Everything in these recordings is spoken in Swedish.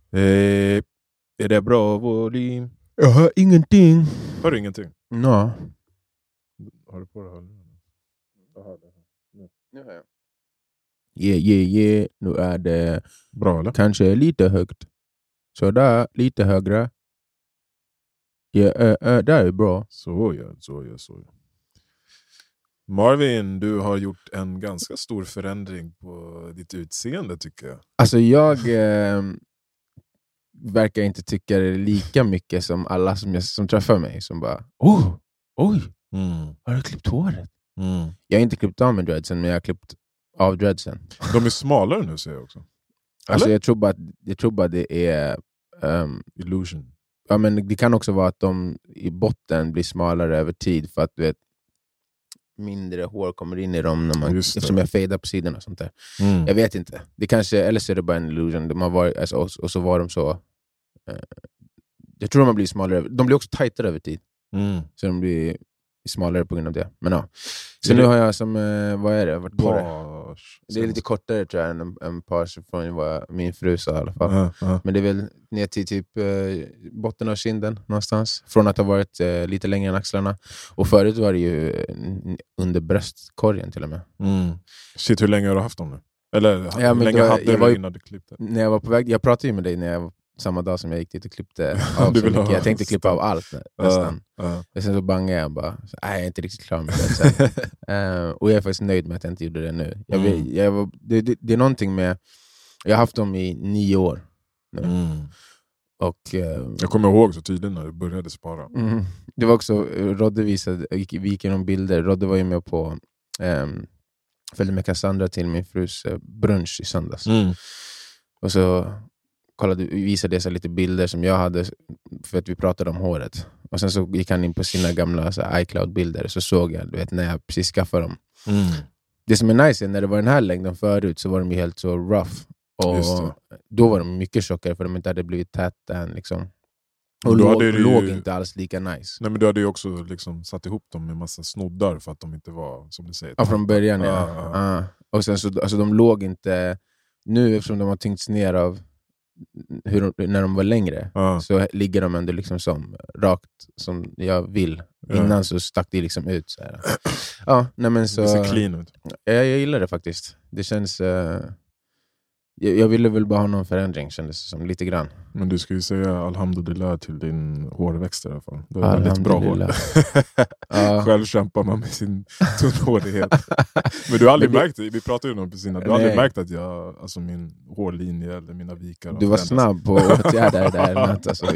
Är det bra volym? Jag hör ingenting. Hör du ingenting? No. Har du på det här? Nu hör jag. Yeah. Nu är det Bra eller? kanske lite högt. Så där, lite högre. Där är bra. Så ja. Marvin, du har gjort en ganska stor förändring på ditt utseende tycker jag. Alltså jag verkar inte tycka det lika mycket som alla som träffar mig. Som bara, oj, har du klippt håret? Jag har inte klippt av med dreadsen, men jag har klippt av dreadsen. De är smalare nu ser jag också. Alltså jag tror bara det är illusion. Ja, men det kan också vara att de i botten blir smalare över tid för att du vet, mindre hår kommer in i dem när man, eftersom jag fejdar på sidorna och sånt där. Jag vet inte. Det kanske, eller så är det bara en illusion. De har varit, alltså, och så var de så jag tror de har blivit smalare. De blir också tajtare över tid. Så de blir smalare på grund av det. Men ja. Så nu har jag som, vad är det? Det är lite kortare tror jag än page från vad min fru sa i alla fall. Men det är väl ner till typ botten av kinden någonstans. Från att ha varit lite längre än axlarna. Och förut var det ju under bröstkorgen till och med. Shit, hur länge har du haft dem nu? Eller ja, hur länge hade du innan du klippte? När jag var på väg, jag pratade ju med dig när jag samma dag som jag gick dit och klippte av så mycket. Jag tänkte klippa av allt nästan. Och sen så bangade jag bara, jag är inte riktigt klar med det. Och jag är faktiskt nöjd med att jag inte gjorde det nu. Det är någonting med, jag har haft dem i 9 år nu. Och, jag kommer ihåg så tydligt när du började spara. Det var också, Rodde visade, vi gick igenom bilder. Rodde var ju med på följde med Cassandra till min frus brunch i söndags. Och så visade det lite bilder som jag hade för att vi pratade om håret. Och sen så gick han in på sina gamla iCloud-bilder så såg jag, du vet, när jag precis skaffade dem. Det som är nice är när det var den här längden förut så var de ju helt så rough. Och då var de mycket tjockare för de inte hade blivit täta än liksom. Och låg inte alls lika nice. Nej, men du hade ju också liksom satt ihop dem med massa snoddar för att de inte var, som du säger. Ja, från början, ja. Och sen så, alltså de låg inte, nu eftersom de har tyngts ner av när de var längre så ligger de ändå liksom som rakt som jag vill. Innan så stack det liksom ut så här. Ja, nej men så det ser clean ut. Jag gillar det faktiskt. Det känns jag ville väl bara ha någon förändring, kändes det som, lite grann. Men du ska ju säga alhamdulillah till din hårväxt i alla fall. Det är väldigt bra hår. Själv kämpar man med sin tunnhårighet. Men du har aldrig märkt det, vi pratade ju om precis innan. Du har aldrig märkt att jag, alltså min hårlinje eller mina vikar. Du var snabb på åtgärder där. Alltså,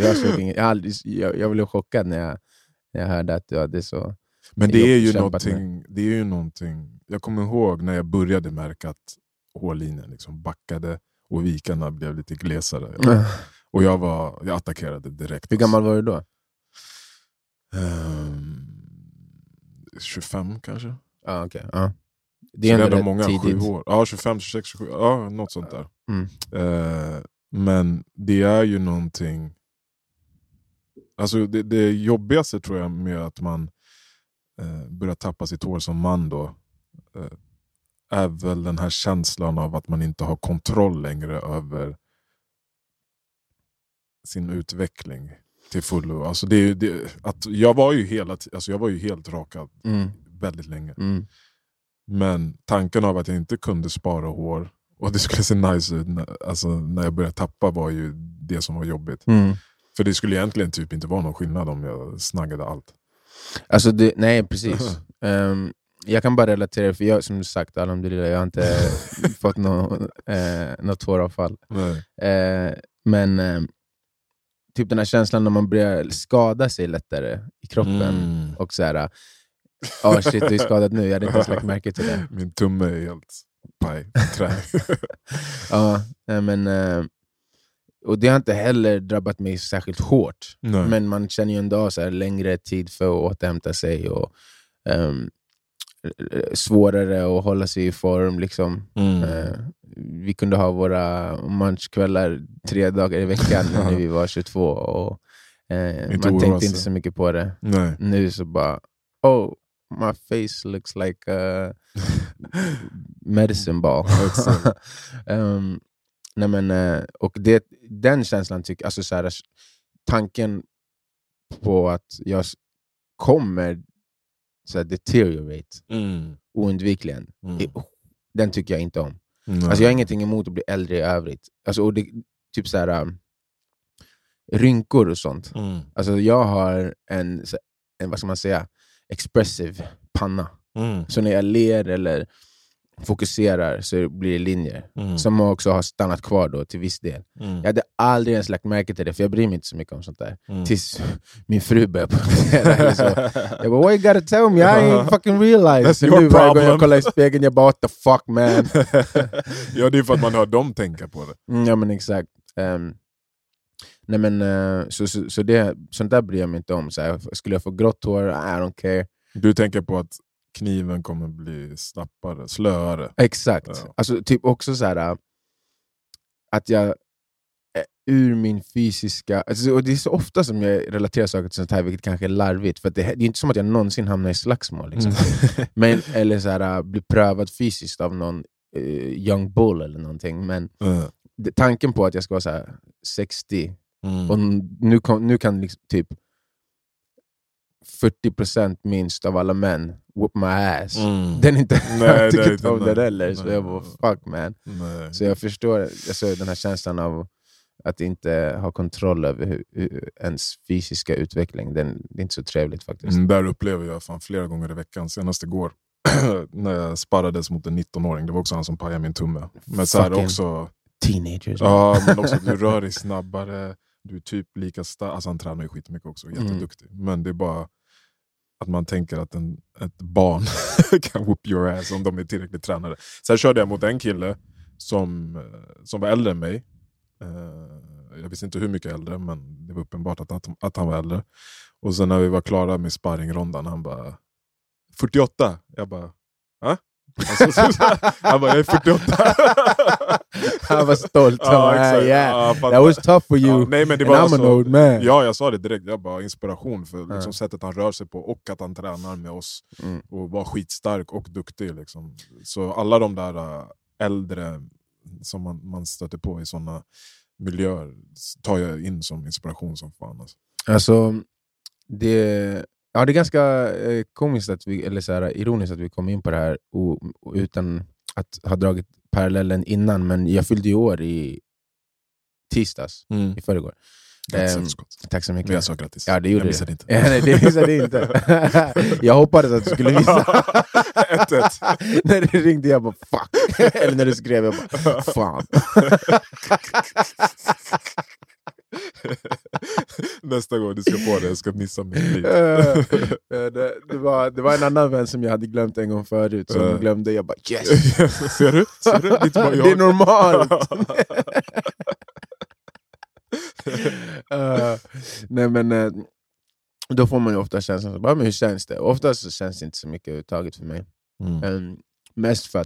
jag blev chockad när jag hörde att du hade så. Men det är ju någonting. Jag kommer ihåg när jag började märka att hårlinjen liksom backade och vikarna blev lite glesare. Och jag attackerade direkt. Hur gammal var du då? 25 kanske. Ja, okej. Ja. Det är ändå många tidigt. 7 år. Ja, 25, 26, 27. Ja, något sånt där. Men det är ju någonting. Alltså det jobbigaste tror jag med att man börjar tappa sitt hår som man då är väl den här känslan av att man inte har kontroll längre över sin utveckling till fullo. Alltså att jag var ju helt rakad väldigt länge. Men tanken av att jag inte kunde spara hår och det skulle se nice ut alltså, när jag började tappa var ju det som var jobbigt. För det skulle egentligen typ inte vara någon skillnad om jag snaggade allt. Alltså nej, precis. Jag kan bara relatera, för jag, som sagt, alhamdulillah, jag har inte fått något håravfall. Men typ den här känslan när man börjar skada sig lättare i kroppen och så här, shit, du är skadad nu, jag hade inte ens lagt märke till det. Min tumme är helt trä. Men och det har inte heller drabbat mig särskilt hårt. Nej. Men man känner ju ändå så här längre tid för att återhämta sig och svårare att hålla sig i form liksom. Vi kunde ha våra munchkvällar 3 dagar i veckan när vi var 22 och man tänkte inte så mycket på det. Nej. Nu så bara my face looks like a medicine ball. Nej, men, och den känslan tycker alltså så här, tanken på att jag kommer så här, deteriorate oundvikligen. Den tycker jag inte om. Alltså jag har ingenting emot att bli äldre i övrigt. Alltså, och det, typ så här rynkor och sånt. Alltså jag har en vad ska man säga, expressive panna. Så när jag ler eller fokuserar så blir det linjer som också har stannat kvar då till viss del. Jag hade aldrig ens lagt märke till det, för jag bryr mig inte så mycket om sånt där. Tills min fru började på så. Jag bara, why you gotta tell me? I ain't fucking realize. That's your problem. Jag kollar i spegeln, jag bara, what the fuck man. Ja, det är för att man hör dem tänka på det. Ja men exakt. Nej men så det, sånt där bryr jag mig inte om. Så här, skulle jag få grått hår, I don't care. Du tänker på att kniven kommer bli snabbare, slöare. Exakt. Ja. Alltså typ också så här att jag ur min fysiska, alltså, och det är så ofta som jag relaterar saker till sånt här, vilket kanske är larvigt, för att det är inte som att jag någonsin hamnar i slagsmål liksom. Men eller så här bli prövad fysiskt av någon young bull eller någonting, men tanken på att jag ska vara så här 60 och nu kan liksom typ 40% minst av alla män whoop my ass. Den är inte jag tycker inte om det heller. Så jag bara, fuck man. Nej. Så jag förstår alltså, den här känslan av att inte ha kontroll över ens fysiska utveckling. Det är inte så trevligt faktiskt. Där upplever jag fan flera gånger i veckan. Senast igår när jag sparrades mot en 19-åring. Det var också han som pajade min tumme. Men så här också teenagers. Ja, men också du rör dig snabbare. Du är typ lika stark. Alltså han tränar ju skitmycket också. Jätteduktig. Men det är bara att man tänker att ett barn kan whoop your ass om de är tillräckligt tränade. Sen körde jag mot en kille som var äldre än mig. Jag visste inte hur mycket äldre, men det var uppenbart att han var äldre. Och sen när vi var klara med sparringrondan, han bara 48. Jag bara, ha? Alltså, han bara, jag är 48. Han var stolt. That was tough for you. Nej, men det var alltså, ja, jag sa det direkt. Jag bara inspiration för liksom, sättet han rör sig på och att han tränar med oss och var skitstark och duktig liksom. Så alla de där äldre som man stöter på i sådana miljöer tar jag in som inspiration som fan alltså det är ganska komiskt att eller så här, ironiskt att vi kom in på det här utan att ha dragit parallellen innan, men jag fyllde ju år i tisdags i förrgår. Tack så mycket. Jag sa grattis. Ja, det gjorde jag missade inte. Nej, det missade inte. Jag hoppades att du skulle missa. 1-1. När du ringde jag bara fuck. Eller när du skrev jag bara fan. Nästa gång du ska få det, jag ska missa mitt liv. Det var en annan vän som jag hade glömt en gång förut, som glömde. Jag bara yes. Ser du? Det är normalt. Nej men då får man ju ofta känslan men hur känns det? Oftast så känns det inte så mycket överhuvudtaget för mig. Mest för att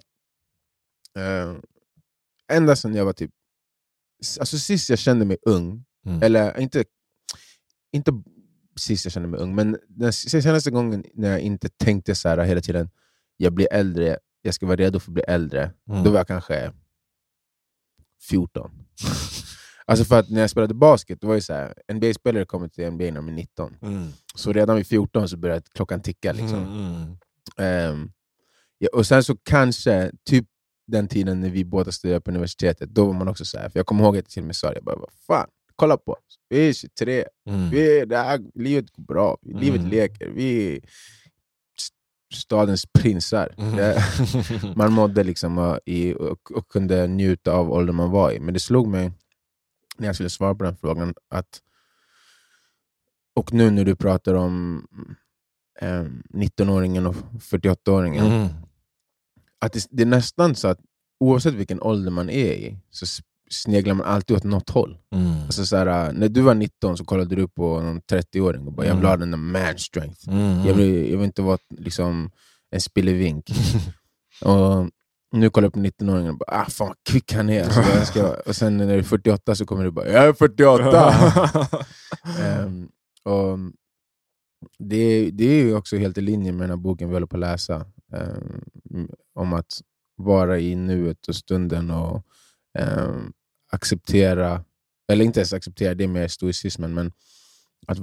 ända sedan jag var typ, alltså sist jag kände mig ung, eller inte sist jag kände mig ung, men den senaste gången när jag inte tänkte så här hela tiden, jag blir äldre, jag ska vara redo för att bli äldre, då var jag kanske 14. Alltså för att när jag spelade basket, då var det så här, NBA-spelare kommer till NBA när de är 19. Så redan vid 14 så började klockan ticka liksom. Och sen så kanske typ den tiden när vi båda studerade på universitetet, då var man också så här, för jag kommer ihåg att jag till och med sa det, jag bara, vad fan, kolla på oss. Vi är 23, livet går bra, livet leker, vi är stadens prinsar. Man mådde liksom och kunde njuta av åldern man var i. Men det slog mig när jag skulle svara på den frågan att, och nu när du pratar om 19-åringen och 48-åringen, att det är nästan så att oavsett vilken ålder man är i så sneglar man alltid åt något håll. Alltså så här, när du var 19 så kollade du på någon 30-åring och bara, jag vill ha den där man strength. Jag vill inte vara liksom en spillevink. Och nu kollar jag på 19-åringen och bara, fan vad kvick han är. Alltså, och sen när du är 48 så kommer du bara, jag är 48! Och det är ju också helt i linje med den här boken vi håller på att läsa. Om att vara i nuet och stunden och acceptera eller inte ens acceptera, det med stoicismen, men att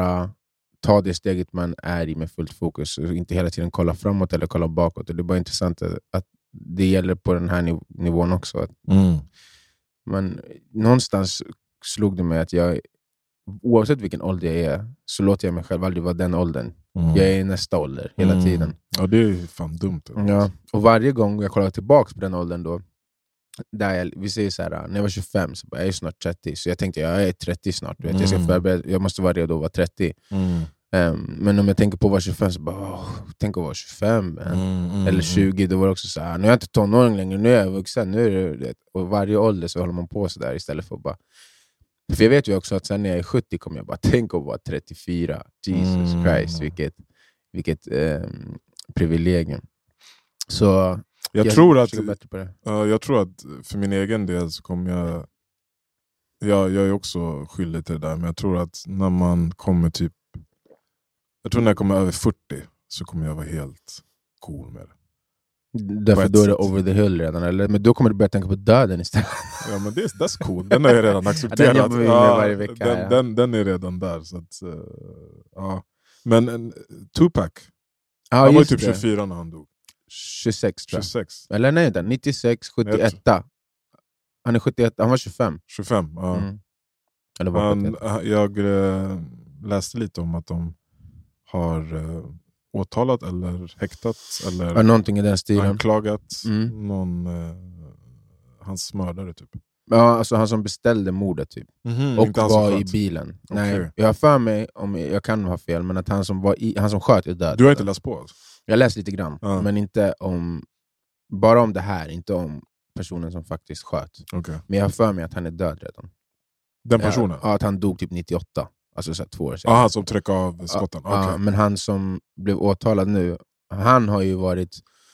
ta det steget man är i med fullt fokus och inte hela tiden kolla framåt eller kolla bakåt. Det är bara intressant att det gäller på den här nivån också. Men någonstans slog det mig att jag, oavsett vilken ålder jag är, så låter jag mig själv aldrig vara den åldern. Jag är i nästa ålder hela tiden. Ja, det är fan dumt. Ja. Och varje gång jag kollar tillbaka på den åldern då, vi säger så här, när jag var 25 så jag är snart 30, så jag tänkte jag är 30 snart, jag måste vara redo att vara 30. Men om jag tänker på att vara 25 så bara, tänk att vara 25 eller 20, då var det också så här, nu är jag inte tonåring längre, nu är jag vuxen, nu är det, och varje ålder så håller man på så där istället för att bara, för jag vet ju också att sen när jag är 70 kommer jag bara tänka att vara 34. Jesus Christ, vilket privilegium. Så jag tror att för min egen del så kommer jag är också skyldig till det där, men jag tror att när man kommer när jag kommer över 40 så kommer jag vara helt cool med det. Därför då är det over the hill redan, eller? Men då kommer du börja tänka på döden istället. Ja, men that's cool. Den har jag redan accepterat. Varje vecka, den är redan där. Så att, ja. Men Tupac, han var typ 24 när han dog. 26 tror jag. 26. Eller nej, 96, 71. Han är 71, han var 25. 25, ja. Eller var jag läste lite om att de har åtalat eller häktat eller någonting i den stilen. Anklagat någon hans mördare typ. Ja, alltså han som beställde mordet typ. Och var i bilen. Okay. Nej, jag har för mig, om jag kan ha fel, men att han som sköt är död. Du har inte läst på? Alltså. Jag läste lite grann, men inte bara om det här, inte om personen som faktiskt sköt. Okay. Men jag har för mig att han är död redan. Den personen? Ja, att han dog typ 98. Alltså så här 2 år sedan. Han som tryckte av skotten? Ja, okay. Men han som blev åtalad nu, han har ju varit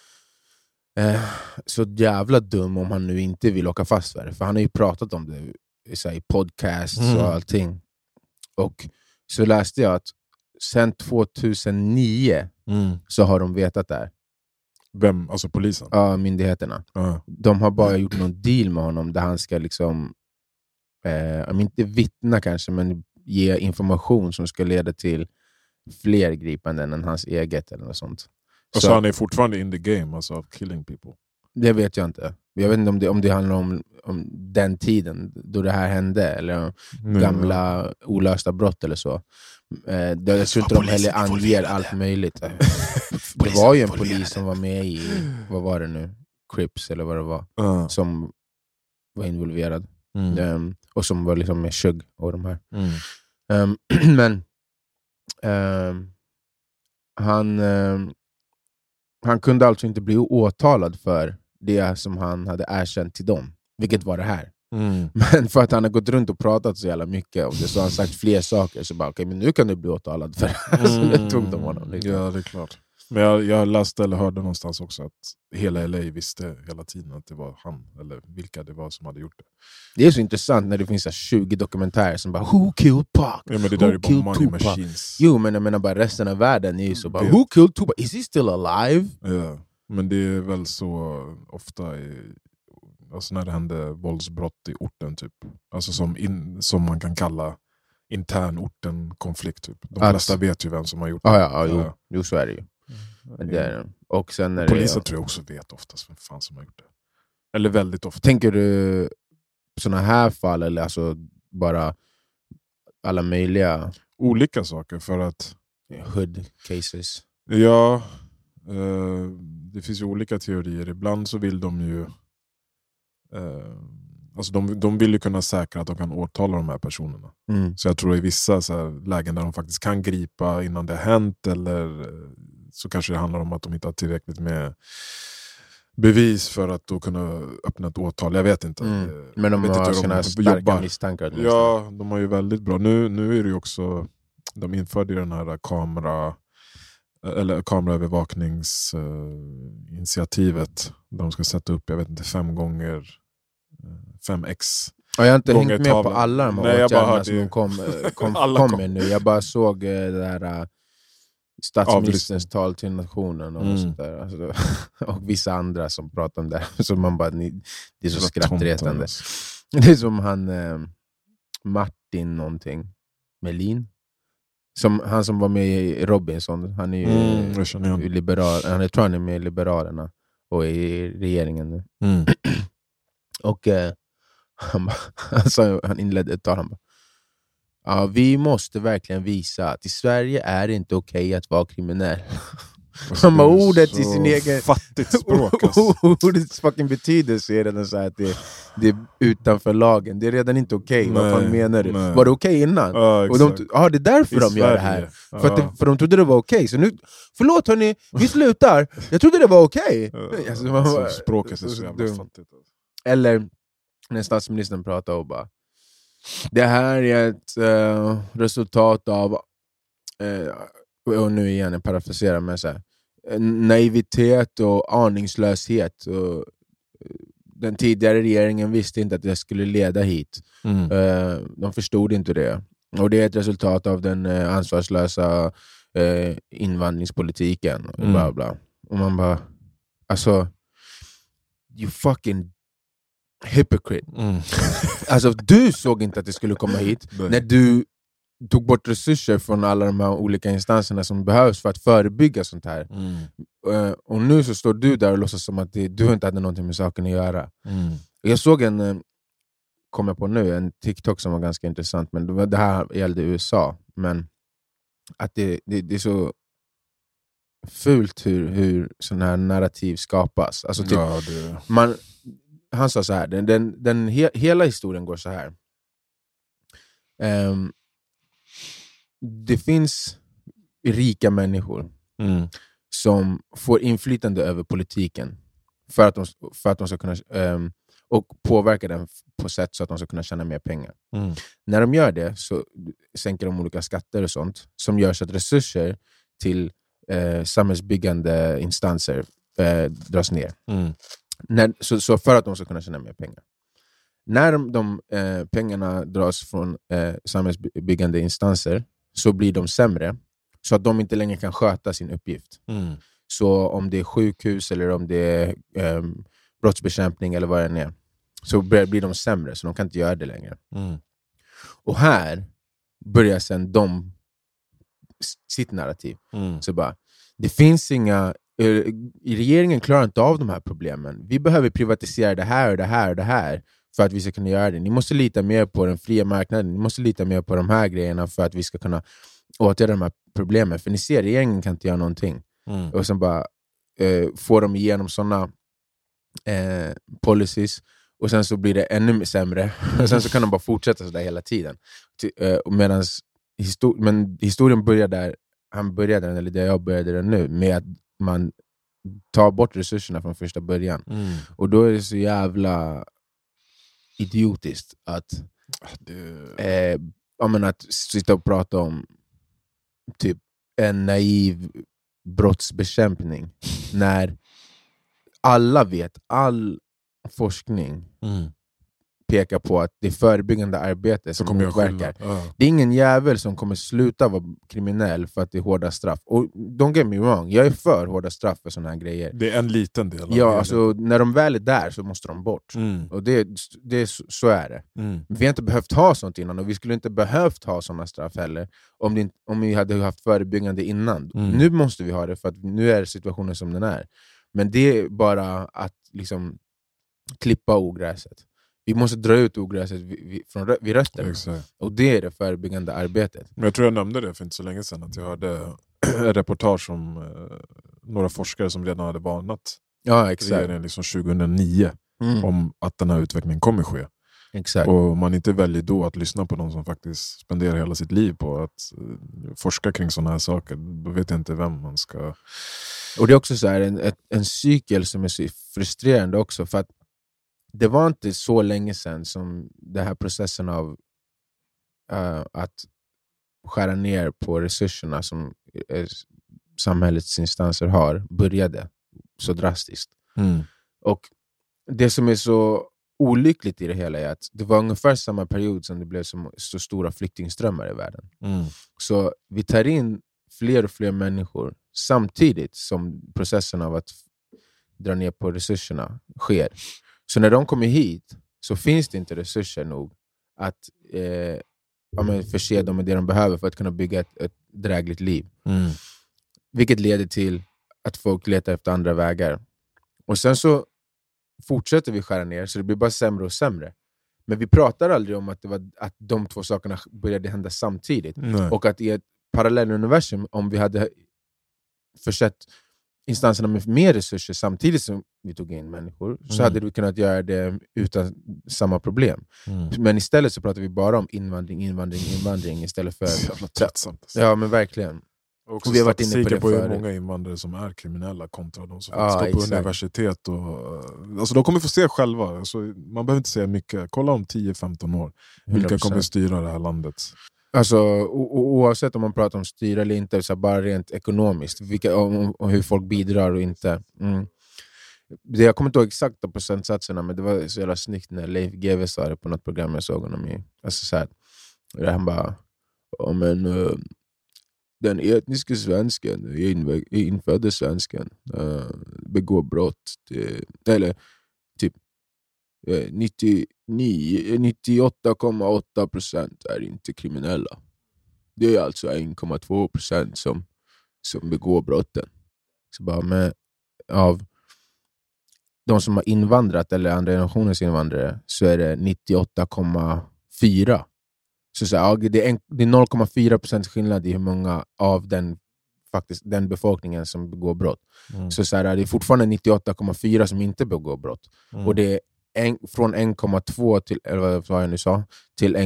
så jävla dum om han nu inte vill åka fast för det. För han har ju pratat om det i podcasts och allting. Och så läste jag att sen 2009 så har de vetat det här. Vem? Alltså polisen? Ja, myndigheterna. De har bara gjort någon deal med honom där han ska liksom inte vittna kanske, men ge information som ska leda till fler gripanden än hans eget eller något sånt. Så han är fortfarande in the game, alltså of killing people? Det vet jag inte. Jag vet inte om det handlar om den tiden då det här hände, eller gamla olösta brott eller så. Jag tror inte de heller anger allt möjligt. Det var ju en polis som var med i, vad var det nu? Crips eller vad det var, som var involverad. Och som var liksom med Shug och de här. Men han kunde alltså inte bli åtalad för det som han hade erkänt till dem, vilket var det här. Men för att han har gått runt och pratat så jävla mycket om det, så har han sagt fler saker, så bara okej, men nu kan du bli åtalad för det. Så det tog de honom liksom. Ja, det är klart. Men jag läste eller hörde någonstans också att hela LA visste hela tiden att det var han, eller vilka det var som hade gjort det. Det är så intressant när det finns 20 dokumentärer som bara Who killed Pac? Ja, men det där är bara money machines. Jo, men jag menar bara resten av världen är ju så bara Who killed Tupac? Is he still alive? Ja, men det är väl så ofta alltså när det händer våldsbrott i orten typ. Alltså som man kan kalla intern orten-konflikt typ. De flesta vet ju vem som har gjort det. Jo, så är det ju. Och sen är polisen tror jag också vet oftast vem fan som har gjort det. Eller väldigt ofta. Tänker du såna här fall, eller alltså bara alla möjliga olika saker, för att hood cases? Ja, det finns ju olika teorier. Ibland så vill de ju alltså de vill ju kunna säkra att de kan åtala de här personerna. Så jag tror i vissa så här lägen där de faktiskt kan gripa innan det har hänt, eller så kanske det handlar om att de inte har tillräckligt med bevis för att då kunna öppna ett åtal. Jag vet inte. Men de har sina starka misstankar. Ja, de har ju väldigt bra. Nu är det ju också, de införde den här kameraövervakningsinitiativet. De ska sätta upp, jag vet inte, 5 gånger 5x. Jag har inte hängt med på alla de här åtgärderna som de kommer nu. Jag bara såg det där statsministerns tal till nationen och sånt där. Alltså, och vissa andra som pratar om det. Så man bara, det är så skrattretande. Det är som han Martin någonting. Melin. Han som var med i Robinson. Han är ju liberal. Jag tror han är med i Liberalerna. Och i regeringen nu. Och han inledde ett tal. Han bara, ja, vi måste verkligen visa att i Sverige är det inte okej att vara kriminell. Han bara, ordet i sin egen fattigt språk. Ordets fucking betydelse är redan så här att det är utanför lagen. Det är redan inte okej. Vad fan menar du? Var det okej innan? Och det är därför de gör det här. För de trodde det var okej. Så nu, förlåt hörni, vi slutar. Jag trodde det var okej. Språket är så jävla fattigt. Eller när statsministern pratar och bara, det här är ett resultat av och nu igen jag parafraserar med så här, naivitet och aningslöshet, och den tidigare regeringen visste inte att det skulle leda hit. De förstod inte det, och det är ett resultat av den ansvarslösa invandringspolitiken och bla bla. Och man bara, alltså, you fucking hypocrite. Alltså du såg inte att det skulle komma hit när du tog bort resurser från alla de här olika instanserna som behövs för att förebygga sånt här. Och nu så står du där och låtsas som att du inte hade någonting med saken att göra. Jag såg kommer på nu, en TikTok som var ganska intressant, men det här gällde USA, men att det är så fult hur sån här narrativ skapas. Alltså typ, han sa så här, hela historien går så här. Det finns rika människor som får inflytande över politiken för att de ska kunna och påverka den på sätt så att de ska kunna tjäna mer pengar. När de gör det så sänker de olika skatter och sånt som gör så att resurser till samhällsbyggande instanser dras ner. Så för att de ska kunna tjäna mer pengar. När de pengarna dras från samhällsbyggande instanser så blir de sämre, så att de inte längre kan sköta sin uppgift. Så om det är sjukhus eller om det är brottsbekämpning eller vad det är, så blir de sämre, så de kan inte göra det längre. Och här börjar sen sitt narrativ. Så bara, det finns inga, regeringen klarar inte av de här problemen. Vi behöver privatisera det här och det här och det här för att vi ska kunna göra det. Ni måste lita mer på den fria marknaden. Ni måste lita mer på de här grejerna för att vi ska kunna åtgärda de här problemen. För ni ser, regeringen kan inte göra någonting. Och sen bara får de igenom sådana policies, och sen så blir det ännu sämre. Och sen så kan de bara fortsätta sådär hela tiden. Men historien börjar där han började, eller där jag började nu, med att man tar bort resurserna från första början. Och då är det så jävla idiotiskt att att sitta och prata om typ en naiv brottsbekämpning när alla vet, all forskning pekar på att det är förebyggande arbete som motverkar. Det är ingen jävel som kommer sluta vara kriminell för att det är hårda straff. Och don't get me wrong, jag är för hårda straff för såna här grejer. Det är en liten del. Ja, alltså när de väl är där så måste de bort. Och så är det. Vi har inte behövt ha sånt innan, och vi skulle inte behövt ha såna straff heller om vi hade haft förebyggande innan. Nu måste vi ha det för att nu är situationen som den är. Men det är bara att liksom klippa ogräset. Vi måste dra ut ogräset vid rösten. Exakt. Och det är det förebyggande arbetet. Men jag tror jag nämnde det för inte så länge sedan, att jag hörde ett reportage om några forskare som redan hade varnat regeringen liksom 2009 om att den här utvecklingen kommer ske. Exakt. Och man inte väljer då att lyssna på någon som faktiskt spenderar hela sitt liv på att forska kring sådana här saker. Då vet jag inte vem man ska... Och det är också så här en cykel som är så frustrerande också, för att det var inte så länge sedan som den här processen av att skära ner på resurserna som samhällets instanser har började så drastiskt. Och det som är så olyckligt i det hela är att det var ungefär samma period som det blev så stora flyktingströmmar i världen. Så vi tar in fler och fler människor samtidigt som processen av att dra ner på resurserna sker. Så när de kommer hit så finns det inte resurser nog att förse dem med det de behöver för att kunna bygga ett drägligt liv. Vilket leder till att folk letar efter andra vägar. Och sen så fortsätter vi skära ner så det blir bara sämre och sämre. Men vi pratar aldrig om att de två sakerna började hända samtidigt. Nej. Och att i ett parallelluniversum, om vi hade försett instanserna med mer resurser samtidigt som vi tog in människor, så hade vi kunnat göra det utan samma problem. Men istället så pratar vi bara om invandring istället för... Så jävla tröttsamt. Ja, men verkligen. Och vi har varit inne på det hur många invandrare som är kriminella kontra de som står på universitet. Alltså de kommer få se själva. Alltså, man behöver inte säga mycket. Kolla om 10-15 år. Vilka 100%. Kommer styra det här landet? Alltså, oavsett om man pratar om styra eller inte, så bara rent ekonomiskt. Och hur folk bidrar och inte. Jag kommer inte ihåg exakta procentsatserna, men det var så jävla snyggt när Leif GW sa det på något program jag såg honom i. Alltså så här, han bara... den etniska svensken, infödde svensken, begår brott. Eller typ 98,8% är inte kriminella. Det är alltså 1,2% som begår brotten. Så bara av de som har invandrat eller andra generationens invandrare så är det 98,4%. Så det är 0,4% skillnad i hur många av den befolkningen som begår brott. Så det är fortfarande 98,4% som inte begår brott. Och det är från 1,2 till, eller vad jag nu sa, till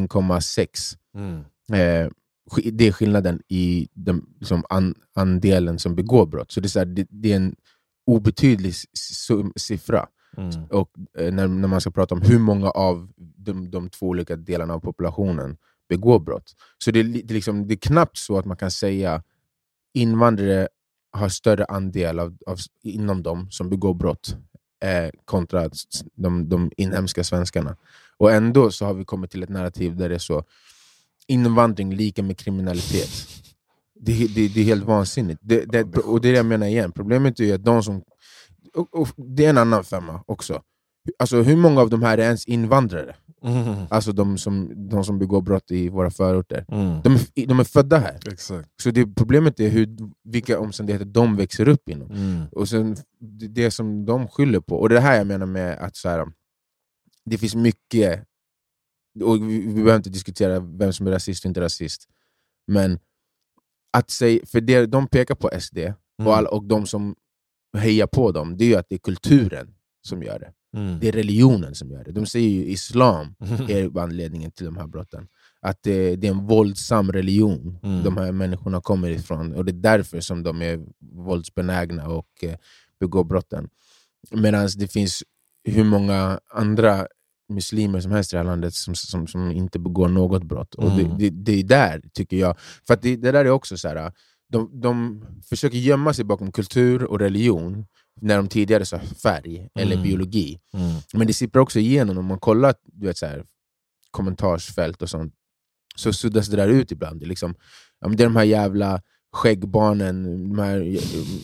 1,6. Det är skillnaden i liksom andelen som begår brott. Så det är en obetydlig siffra. Och när man ska prata om hur många av de två olika delarna av populationen begår brott. Så det är knappt så att man kan säga invandrare har större andel av inom dem som begår brott kontra de inhemska svenskarna. Och ändå så har vi kommit till ett narrativ där det är så invandring lika med kriminalitet. Det är helt vansinnigt. Och det är det jag menar igen. Problemet är ju att de som... Och det är en annan femma också. Alltså hur många av de här är ens invandrare? Alltså de som begår brott i våra förorter. De är födda här. Exakt. Så problemet är vilka omständigheter de växer upp inom. Och sen det som de skyller på. Och det här jag menar med att så här, det finns mycket, och vi behöver inte diskutera vem som är rasist och inte rasist, men att säga, för det de pekar på SD och de som hejar på dem, det är ju att det är kulturen som gör det. Det är religionen som gör det. De säger ju islam är anledningen till de här brotten. Att det är en våldsam religion de här människorna kommer ifrån. Och det är därför som de är våldsbenägna och begår brotten. Medan det finns hur många andra muslimer som helst i det här landet som inte begår något brott. Och det är där, tycker jag. För att det där är också så här... De försöker gömma sig bakom kultur och religion när de tidigare sa färg eller biologi. Men det sipprar också igenom. Om man kollar så här, kommentarsfält och sånt, så suddas det där ut ibland. Det är, liksom, det är de här jävla skäggbarnen, de här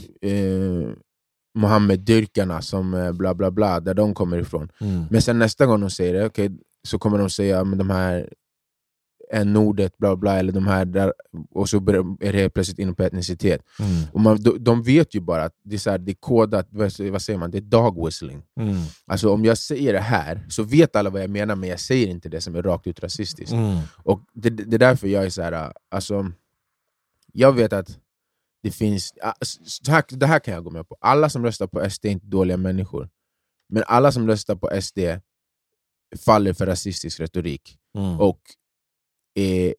Mohammed-dyrkarna som bla bla bla, där de kommer ifrån. Men sen nästa gång de säger det, okay, så kommer de säga men de här n-ordet, bla bla, eller de här där, och så är det plötsligt inne på etnicitet. Och de vet ju bara att det är, så här, det är kodat, vad säger man, det är dog whistling. Alltså om jag säger det här så vet alla vad jag menar, men jag säger inte det som är rakt ut rasistiskt. Och det är därför jag är så här, alltså jag vet att det finns, det här kan jag gå med på. Alla som röstar på SD är inte dåliga människor, men alla som röstar på SD faller för rasistisk retorik och är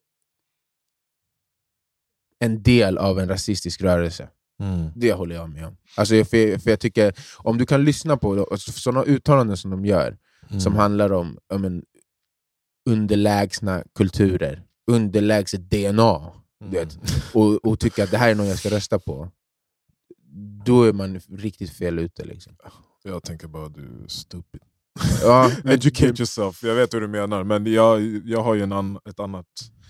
en del av en rasistisk rörelse. Det håller jag med om. Alltså, för jag tycker, om du kan lyssna på sådana uttalanden som de gör, som handlar om en underlägsna kulturer, underlägset DNA, vet, och tycker att det här är något jag ska rösta på, då är man riktigt fel ute liksom. Jag tänker bara, du är stupid. Ja, educate yourself. Jag vet hur du menar, men jag har ju ett annat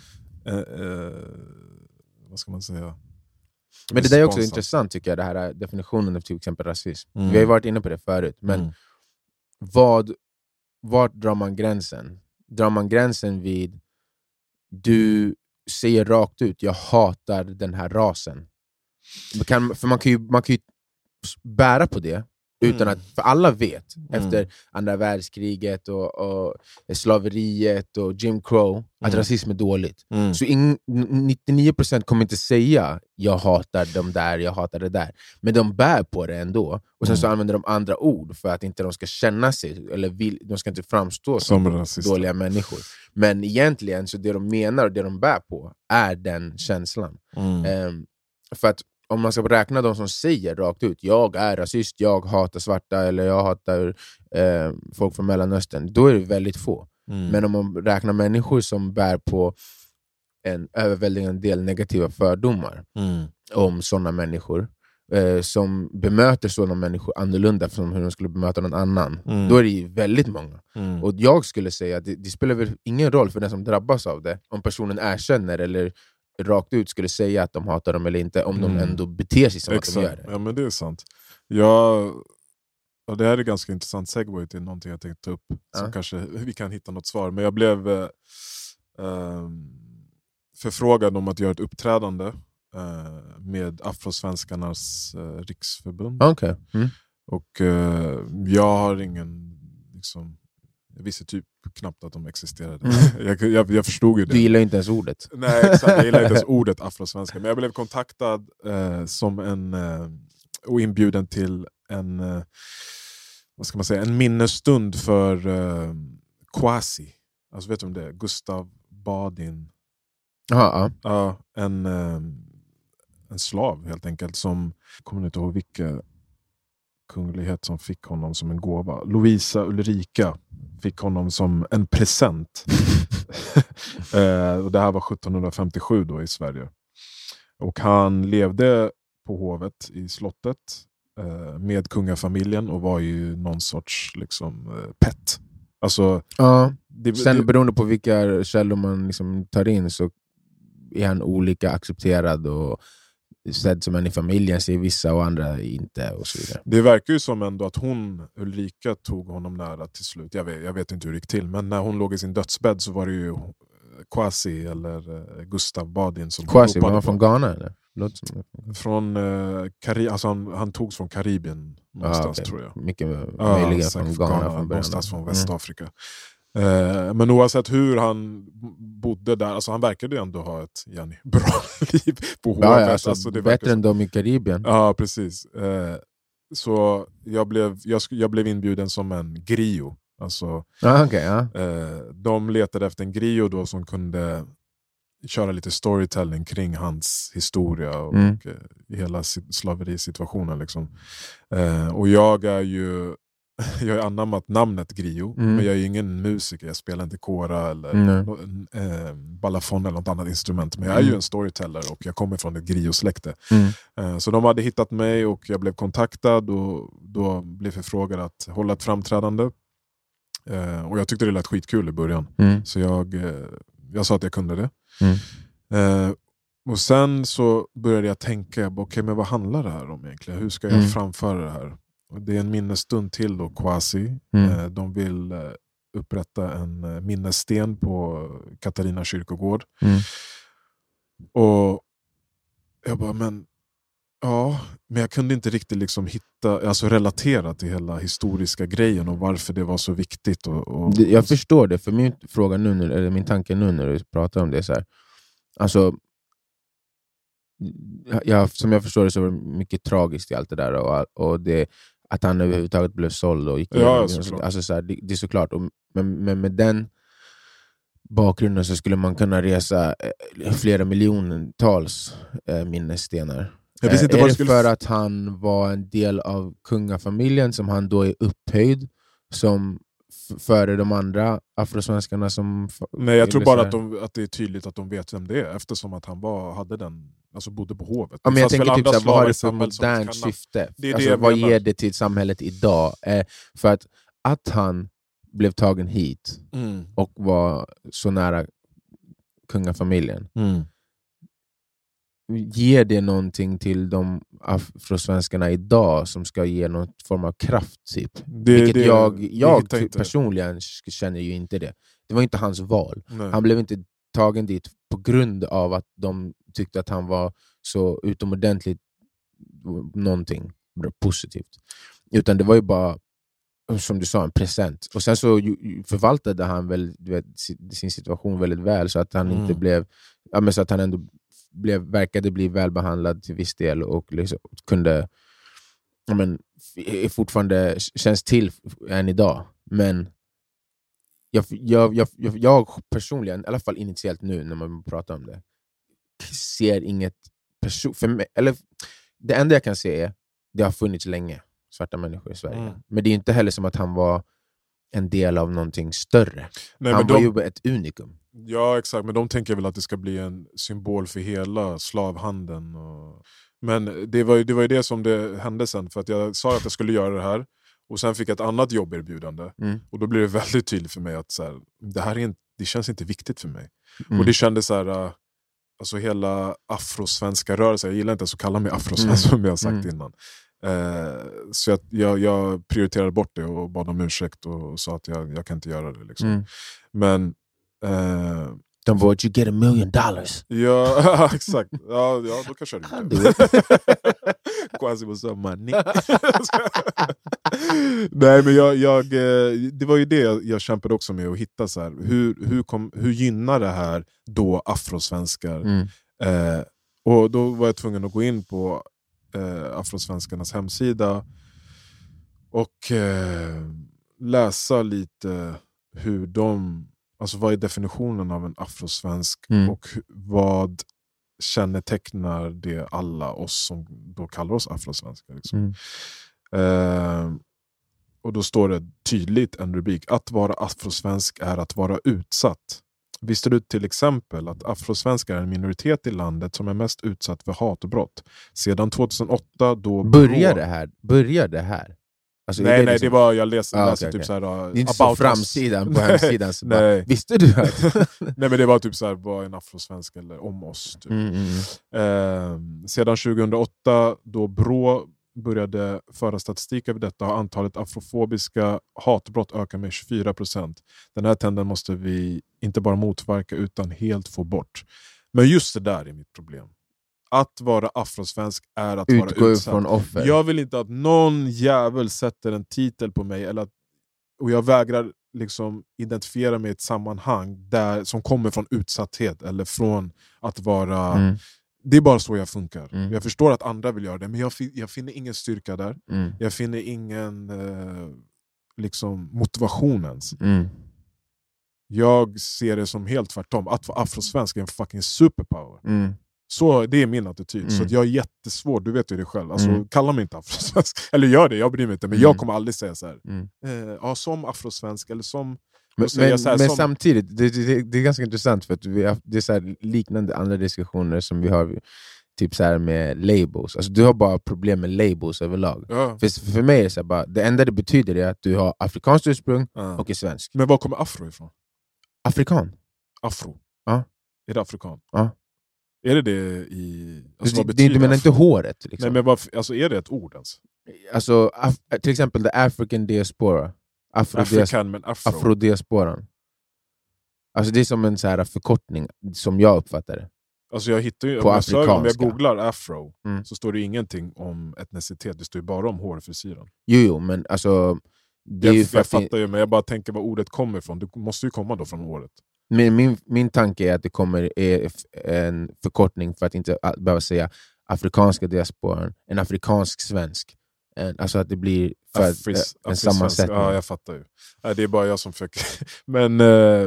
vad ska man säga? Men det där är också intressant, tycker jag, det här definitionen av till exempel rasism. Vi har ju varit inne på det förut, men vart drar man gränsen? drar man gränsen vid du säger rakt ut, jag hatar den här rasen. För man kan ju bära på det utan att, för alla vet efter andra världskriget och slaveriet och Jim Crow att rasism är dåligt. Så 99% kommer inte säga jag hatar dem där, jag hatar det där, men de bär på det ändå, och sen så använder de andra ord för att inte de ska känna sig eller de ska inte framstå som dåliga människor, men egentligen så det de menar och det de bär på är den känslan. För att om man ska räkna de som säger rakt ut jag är rasist, jag hatar svarta eller jag hatar folk från Mellanöstern, då är det väldigt få. Men om man räknar människor som bär på en överväldigande del negativa fördomar om sådana människor, som bemöter sådana människor annorlunda från hur de skulle bemöta någon annan, då är det ju väldigt många. Och jag skulle säga att det spelar väl ingen roll för den som drabbas av det om personen erkänner eller rakt ut skulle säga att de hatar dem eller inte, om de ändå beter sig som att de gör det. Ja, men det är sant. Och det här är ganska intressant segway till någonting jag tänkte upp, så kanske vi kan hitta något svar. Men jag blev förfrågad om att göra ett uppträdande med Afrosvenskarnas riksförbund. Okay. Och jag har ingen liksom, jag visste typ knappt att de existerade. Jag förstod ju det. Du gillar inte ens ordet. Nej, exakt. Jag gillar inte ens ordet afrosvenska. Men jag blev kontaktad som och inbjuden till en vad ska man säga, en minnesstund för Kwasi. Alltså vet du om det är? Gustav Badin. Ja, en slav helt enkelt, som kommer inte ihåg vilka kunglighet som fick honom som en gåva. Lovisa Ulrika fick honom som en present. Och det här var 1757 då i Sverige. Och han levde på hovet i slottet med kungafamiljen och var ju någon sorts liksom pet. Alltså, sen beroende på vilka källor man liksom tar in så är han olika accepterad och sedd som en i familjen, ser vissa och andra inte och så vidare. Det verkar ju som ändå att Ulrika tog honom nära till slut. Jag vet inte hur det gick till, men när hon låg i sin dödsbädd så var det ju Kwasi eller Gustav Badin som Kwasi, var han från Ghana eller? Från alltså han togs från Karibien någonstans, tror jag. Mycket möjliga från Ghana från någonstans från Västafrika. Men oavsett hur han bodde där, alltså han verkade ändå ha ett bra liv på hovet. Alltså det bättre än de i Karibien. Ja, precis. Så jag blev inbjuden som en griot. Alltså, de letade efter en griot då som kunde köra lite storytelling kring hans historia och hela slaverisituationen liksom. Och jag har anammat namnet griot, men jag är ju ingen musiker, jag spelar inte kora eller balafon eller något annat instrument, men jag är ju en storyteller och jag kommer från ett griot-släkte. Så de hade hittat mig och jag blev kontaktad och då blev förfrågad att hålla ett framträdande. Och jag tyckte det lät skitkul i början. Så jag sa att jag kunde det. Och sen så började jag tänka, okej, men vad handlar det här om egentligen? Hur ska jag framföra det här? Och det är en minnesstund till då, Kwasi. De vill upprätta en minnessten på Katarina kyrkogård. Och jag bara, men jag kunde inte riktigt liksom relatera till hela historiska grejen och varför det var så viktigt. Jag förstår det, för min fråga nu, eller min tanke nu när du pratar om det är så här. Alltså, som jag förstår det så var det mycket tragiskt i allt det där och det, att han överhuvudtaget blev såld och gick alltså så här, det är såklart. Men med den bakgrunden så skulle man kunna resa flera miljontals minnesstenar. Är det för att han var en del av kungafamiljen som han då är upphöjd som före de andra afrosvenskarna som... Nej, jag tror bara att det är tydligt att de vet vem det är, eftersom att han bodde på hovet. Ja, men jag tänker typ såhär, vad har det för modernt syfte? Vad ger det till samhället idag? För att han blev tagen hit och var så nära kungafamiljen, ger det någonting till de afrosvenskarna idag som ska ge någon form av kraft typ? Vilket jag personligen känner ju inte det. det var inte hans val. Nej. Han blev inte tagen dit på grund av att de tyckte att han var så utomordentligt någonting positivt. Utan det var ju bara, som du sa, en present. Och sen så förvaltade han väl sin situation väldigt väl, så att han inte blev, men så att han ändå verkade bli välbehandlad till viss del och liksom kunde, fortfarande känns till än idag. Men jag personligen, i alla fall initiellt nu när man pratar om det, ser inget för mig, eller det enda jag kan se är det har funnits länge svarta människor i Sverige. Men det är inte heller som att han var en del av någonting större. Nej, han var ju ett unikum. Ja, exakt. Men de tänker väl att det ska bli en symbol för hela slavhandeln. Men det var ju det som det hände sen. För att jag sa att jag skulle göra det här. Och sen fick jag ett annat jobberbjudande. Och då blev det väldigt tydligt för mig att så här, det känns inte viktigt för mig. Och det kändes så här, alltså hela afrosvenska rörelsen. Jag gillar inte att kalla mig afrosvensk som jag har sagt innan. Så jag prioriterade bort det och bad om ursäkt och sa att jag kan inte göra det liksom. Men de bara, you get $1 million. Ja, exakt. Ja, då kanske jag det. Quasi was some money. Nej, men det var ju det jag kämpade också med att hitta så här, hur gynnar det här då afrosvenskar? Och då var jag tvungen att gå in på afrosvenskarnas hemsida och läsa lite hur alltså vad är definitionen av en afrosvensk och vad kännetecknar det alla oss som då kallar oss afrosvenskar liksom. Och då står det tydligt en rubrik: att vara afrosvensk är att vara utsatt. Visste du till exempel att afrosvenskar är en minoritet i landet som är mest utsatt för hatbrott? Sedan 2008 då... Börjar det här? Alltså, nej, det var, jag läste typ såhär... Det är inte så framsidan på hemsidan. Så bara, visste du att... Nej, men det var typ såhär, var en afrosvensk eller om oss. Typ. Sedan 2008 då Brå började föra statistik över detta har antalet afrofobiska hatbrott ökat med 24%. Den här trenden måste vi inte bara motverka utan helt få bort. Men just det där är mitt problem. Att vara afrosvensk är att vara utsatt. Från offer. Jag vill inte att någon jävel sätter en titel på mig och jag vägrar liksom identifiera mig i ett sammanhang som kommer från utsatthet eller från att vara... Det är bara så jag funkar. Jag förstår att andra vill göra det, men jag finner ingen styrka där. Jag finner ingen liksom motivation ens. Jag ser det som helt tvärtom. Att vara afrosvensk är en fucking superpower. Så det är min attityd. Så att jag är jättesvår, du vet ju det själv. Alltså, kalla mig inte afrosvensk. Eller gör det, jag bryr mig inte. Men jag kommer aldrig säga så här. Som afrosvensk eller som... Men samtidigt, det är ganska intressant för att det är så här liknande andra diskussioner som vi har typ så här med labels. Alltså, du har bara problem med labels överlag. För mig är det så här, bara, det enda det betyder är att du har afrikanskt ursprung och är svensk. Men var kommer afro ifrån? Afrikan. Afro? Ja. Är det afrikan? Ja. Är det i... Alltså, vad du menar inte håret? Liksom. Nej, men alltså, är det ett ord ens? Alltså, till exempel the African diaspora. Afrodiasporan. Alltså det är som en så här förkortning som jag uppfattar det. Alltså jag hittar ju, om jag googlar afro så står det ingenting om etnicitet. Det står ju bara om hårfrisyren. Jo, men alltså... Jag fattar ju, men jag bara tänker vad ordet kommer ifrån. Det måste ju komma då från håret. Men min tanke är att det är en förkortning för att inte behöva säga afrikanska diasporan. En afrikansk svensk. Alltså att det blir en sammansättning. Ja, jag fattar ju. Det är bara jag som försöker. Men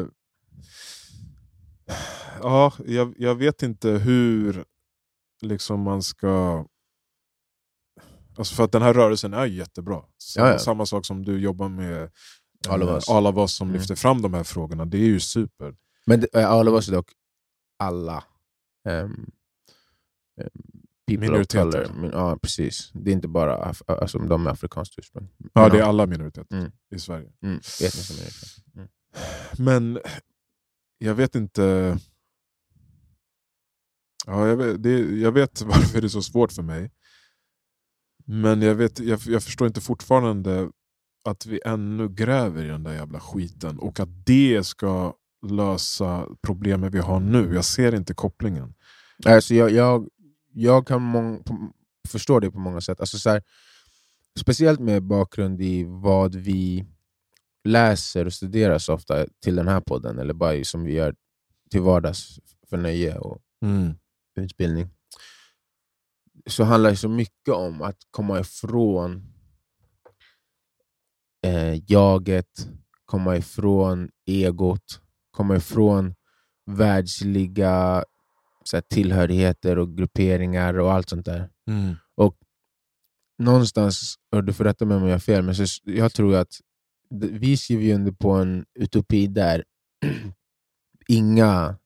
ja, jag vet inte hur liksom man ska... Alltså för att den här rörelsen är jättebra. Samma sak som du jobbar med alla av oss som lyfter fram de här frågorna. Det är ju super. Men alla av oss är dock alla people of color. Ja, precis. Det är inte bara alltså, de med afrikanskt ursprung. Ja, det är alla minoriteter i Sverige. Men jag vet inte... Ja, jag vet varför det är så svårt för mig. Men jag förstår inte fortfarande... att vi ännu gräver i den där jävla skiten och att det ska lösa problemet vi har nu. Jag ser inte kopplingen. Alltså jag kan förstå det på många sätt. Alltså så här, speciellt med bakgrund i vad vi läser och studerar så ofta till den här podden, eller bara som vi gör till vardags för nöje och utbildning, så handlar det så mycket om att komma ifrån jaget, komma ifrån egot, komma ifrån världsliga så här, tillhörigheter och grupperingar och allt sånt där. Och någonstans, och du får rätta mig om jag har fel, men så jag tror att vi skriver under på en utopi där inga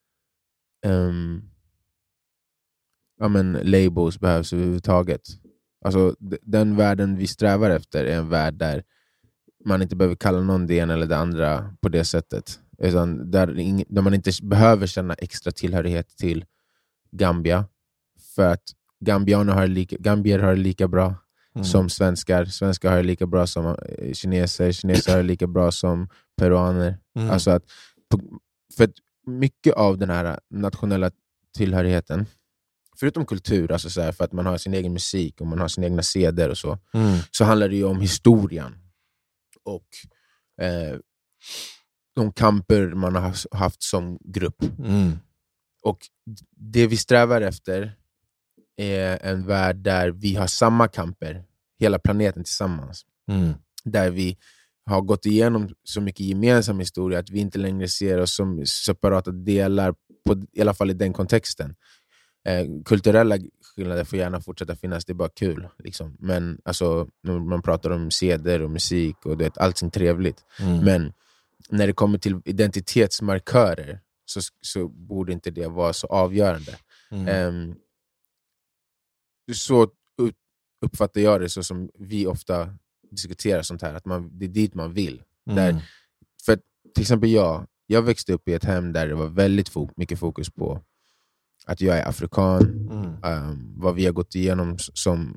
labels behövs överhuvudtaget. Alltså den världen vi strävar efter är en värld där man inte behöver kalla någon det ena eller det andra på det sättet, utan där man inte behöver känna extra tillhörighet till Gambia, för att gambier har det lika bra som svenskar har det lika bra som kineser har det lika bra som peruaner. Alltså att för mycket av den här nationella tillhörigheten, förutom kultur, alltså så här, för att man har sin egen musik och man har sina egna seder och så handlar det ju om historien och de kamper man har haft som grupp. Och det vi strävar efter är en värld där vi har samma kamper, hela planeten tillsammans. Där vi har gått igenom så mycket gemensam historia att vi inte längre ser oss som separata delar, i alla fall i den kontexten. Kulturella skillnader får gärna fortsätta finnas, det är bara kul liksom. Men alltså, när man pratar om seder och musik och allting trevligt, men när det kommer till identitetsmarkörer så borde inte det vara så avgörande. Så uppfattar jag det, så som vi ofta diskuterar sånt här, att det är dit man vill. För till exempel jag växte upp i ett hem där det var väldigt mycket fokus på att jag är afrikan, vad vi har gått igenom som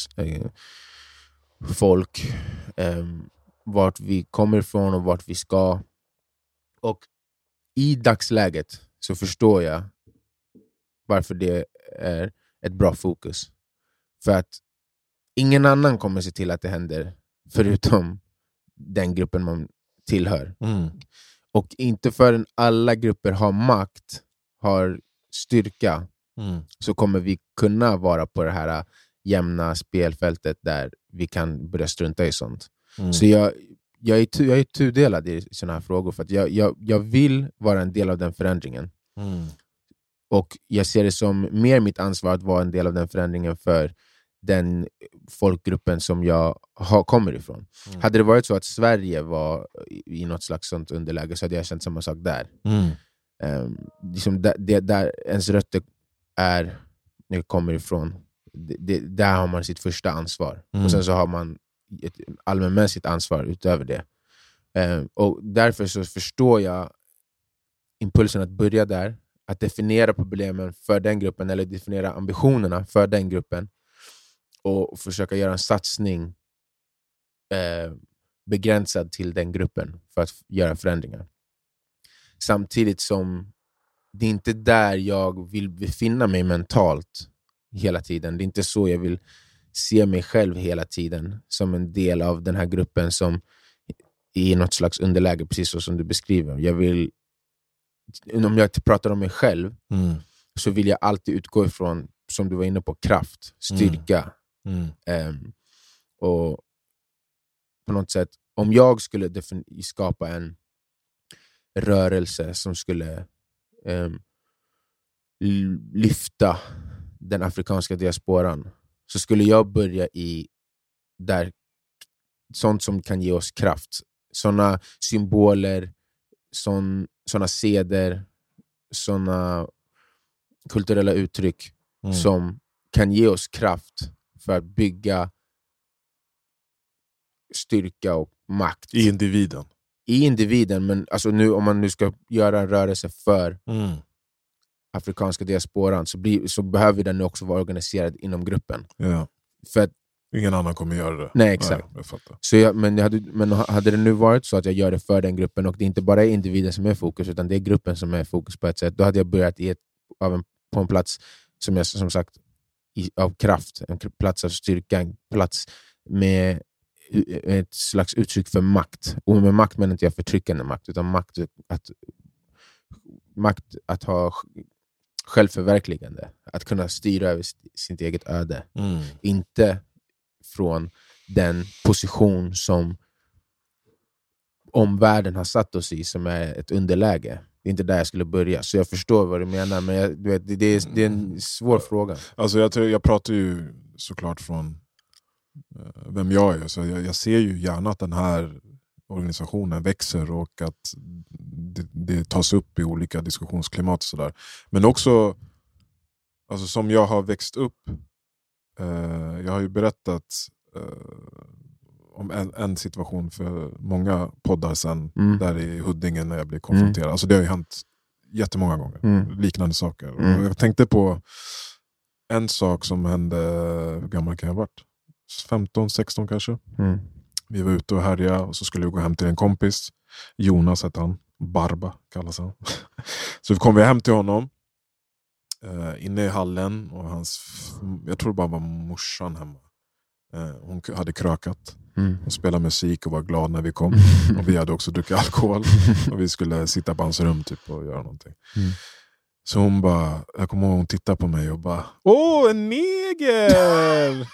folk, vart vi kommer ifrån och vart vi ska. Och i dagsläget så förstår jag varför det är ett bra fokus. För att ingen annan kommer se till att det händer förutom den gruppen man tillhör. Och inte förrän alla grupper har makt, har styrka, så kommer vi kunna vara på det här jämna spelfältet där vi kan börja strunta i sånt. Så jag är tudelad i såna här frågor, för att jag vill vara en del av den förändringen. Och jag ser det som mer mitt ansvar att vara en del av den förändringen för den folkgruppen som jag kommer ifrån. Hade det varit så att Sverige var i något slags sånt underläge, så hade jag känt samma sak där. Liksom där ens rötter är, när jag kommer ifrån, där har man sitt första ansvar. Och sen så har man ett allmänmässigt ansvar utöver det. Och därför så förstår jag impulsen att börja där, att definiera problemen för den gruppen, eller definiera ambitionerna för den gruppen, och försöka göra en satsning begränsad till den gruppen för att göra förändringar. Samtidigt som det är inte där jag vill befinna mig mentalt hela tiden. Det är inte så jag vill se mig själv hela tiden, som en del av den här gruppen som är i något slags underläge, precis så som du beskriver. Jag vill, om jag pratar om mig själv, så vill jag alltid utgå ifrån, som du var inne på, kraft, styrka. Och på något sätt, om jag skulle skapa en rörelse som skulle lyfta den afrikanska diasporan, så skulle jag börja i där sånt som kan ge oss kraft, såna symboler, såna seder, såna kulturella uttryck som kan ge oss kraft för att bygga styrka och makt i individen. Men alltså nu, om man nu ska göra en rörelse för afrikanska diasporan, så behöver den också vara organiserad inom gruppen. Ja. För att Ingen annan kommer göra det. Nej, exakt. Nej, jag fattar. Så men hade det nu varit så att jag gör det för den gruppen och det är inte bara individen som är fokus utan det är gruppen som är fokus på ett sätt, då hade jag börjat på en plats som jag som sagt av kraft, en plats av styrka, en plats med ett slags uttryck för makt. Och med makt menar inte jag förtryckande makt, utan makt att ha självförverkligande, att kunna styra över sitt eget öde. Inte från den position som omvärlden har satt oss i, som är ett underläge. Det är inte där jag skulle börja, så jag förstår vad du menar, men det är en svår fråga. Alltså jag pratar ju såklart från vem jag är, så jag ser ju gärna att den här organisationen växer och att det tas upp i olika diskussionsklimat och sådär. Men också alltså, som jag har växt upp, jag har ju berättat om en situation för många poddar sen, där i Huddinge när jag blev konfronterad. Alltså det har ju hänt jättemånga gånger, liknande saker. Och jag tänkte på en sak som hände, hur gammal kan jag ha varit? 15, 16 kanske. Vi var ute och härjade och så skulle vi gå hem till en kompis. Jonas hette han. Barba kallas han. Så kom vi hem till honom. Inne i hallen. Och jag tror det bara var morsan hemma. Hon hade krökat. Och spelade musik och var glad när vi kom. Och vi hade också druckit alkohol. Och vi skulle sitta på hans rum typ och göra någonting. Så hon bara, jag kommer ihåg hon tittade på mig och bara, åh, en neger!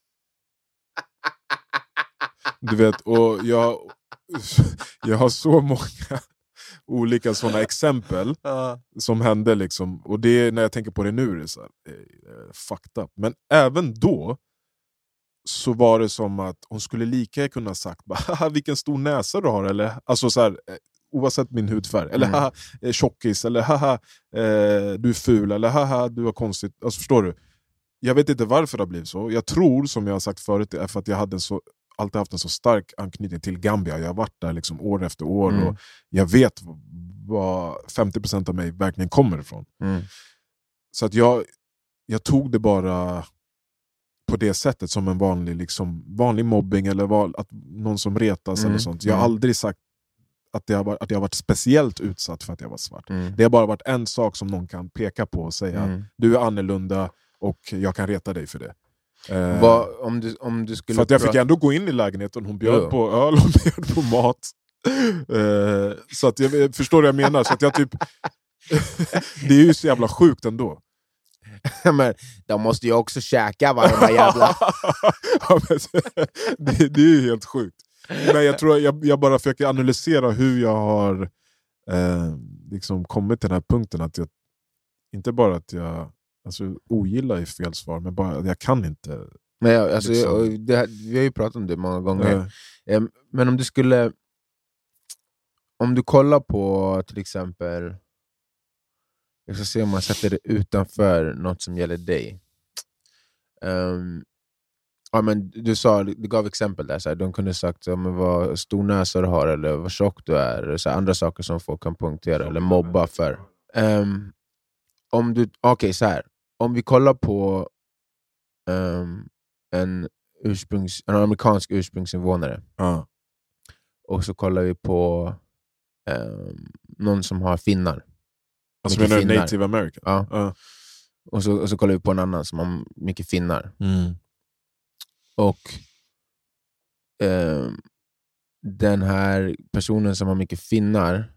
Du vet, och jag har så många olika sådana exempel som hände liksom. Och det, när jag tänker på det nu, är det så här, fucked up. Men även då så var det som att hon skulle lika kunna sagt bara, vilken stor näsa du har, eller alltså så här, oavsett min hudfärg, eller haha, tjockis, eller haha, du är ful, eller haha, du har konstigt, alltså förstår du? Jag vet inte varför det har blivit så. Jag tror, som jag har sagt förut, är för att jag hade alltid haft en så stark anknytning till Gambia. Jag har varit där liksom år efter år och jag vet vad 50% av mig verkligen kommer ifrån. Så att jag tog det bara på det sättet, som en vanlig mobbing eller att någon som retas eller sånt. Jag har aldrig sagt att jag har varit speciellt utsatt för att jag var svart. Det har bara varit en sak som någon kan peka på och säga du är annorlunda och jag kan reta dig för det. Om du skulle för att jag fick ändå gå in i lägenheten, hon bjöd på öl och bjöd på mat. Så att jag förstår vad jag menar. Så att jag typ det är ju så jävla sjukt ändå. Men de måste ju också käka varje jävla. Ja, men, det är ju helt sjukt. Men jag tror jag bara försöker analysera hur jag har liksom kommit till den här punkten, att jag inte bara att jag ogillar i fel svar, men bara att jag kan inte. Men alltså, vi har ju pratat om det många gånger. Men om du kollar på till exempel, jag ska se om man sätter det utanför något som gäller dig. Ja, men du gav exempel där, så här, de kunde sagt vad stor näsa du har eller vad tjock du är, så här, andra saker som folk kan punktera eller mobba för. Så här, om vi kollar på en amerikansk ursprungsinvånare och så kollar vi på någon som har finnar. Alltså menar du native american? Ja. Och så kollar vi på en annan som har mycket finnar. Och den här personen som har mycket finnar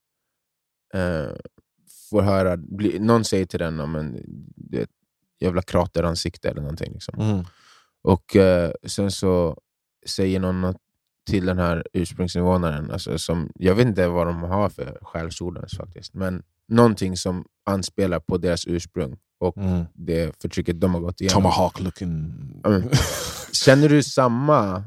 får höra, någon säger till den om det är ett jävla krateransikte eller någonting liksom. Och sen så säger någon till den här ursprungsinvånaren, alltså, som jag vet inte vad de har för skällsord faktiskt, men någonting som anspelar på deras ursprung och det förtrycket de har gått igenom. Tomahawk looking. Känner du samma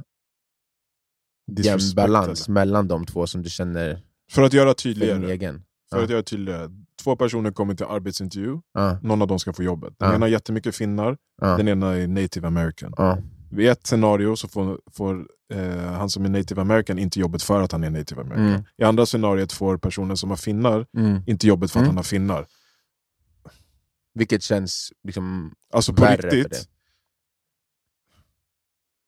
balans mellan de två som du känner? För att göra tydligare. Att göra tydligare. 2 personer kommer till arbetsintervju. Någon av dem ska få jobbet. Den ena har jättemycket finnar. Den ena är native american. Vid ett scenario så får han som är native american inte jobbet för att han är native american. I andra scenariot får personen som har finnar inte jobbet för att han har finnar. Vilket känns liksom alltså på riktigt.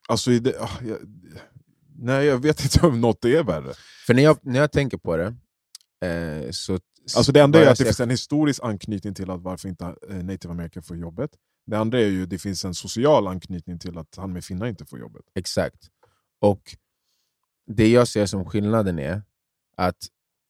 Alltså nej, jag vet inte om något är värre. För när jag tänker på det så... Alltså det enda är att det finns en historisk anknytning till att varför inte native american får jobbet. Det andra är ju det finns en social anknytning till att han med finna inte får jobbet. Exakt. Och det jag ser som skillnaden är att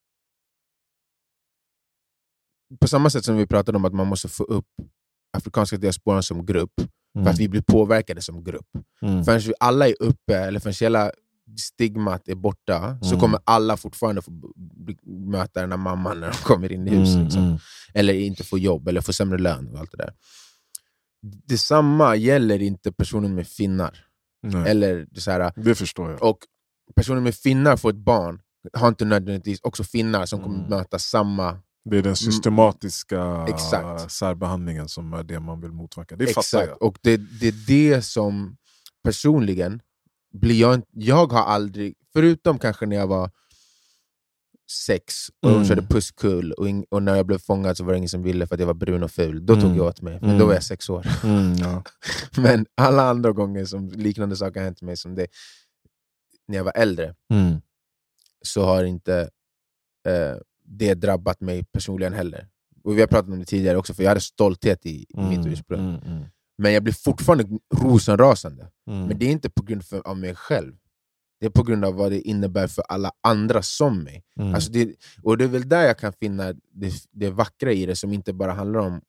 på samma sätt som vi pratade om att man måste få upp afrikanska diasporan som grupp för att vi blir påverkade som grupp. Förrän vi alla är uppe, eller förrän hela stigmat är borta, så kommer alla fortfarande få möta den här mamman när de kommer in i huset. Liksom. Eller inte få jobb, eller få sämre lön och allt det där. Detsamma gäller inte personen med finnar. Nej. Eller så här, det förstår jag. Och personen med finnar får ett barn, har inte nödvändigtvis också finnar som kommer möta samma. Det är den systematiska särbehandlingen som är det man vill motverka. Det fattar jag. Och det är det som personligen blir jag har aldrig, förutom kanske när jag var 6 och de körde pusskull och när jag blev fångad så var det ingen som ville för att jag var brun och ful. Då tog jag åt mig, men då var jag 6 år. Ja. Men alla andra gånger som liknande saker har hänt mig som det när jag var äldre så har inte det drabbat mig personligen heller. Och vi har pratat om det tidigare också, för jag hade stolthet i mitt ursprung. Men jag blir fortfarande rosenrasande. Men det är inte på grund av mig själv. Det är på grund av vad det innebär för alla andra som mig. Alltså och det är väl där jag kan finna det vackra i det, som inte bara handlar om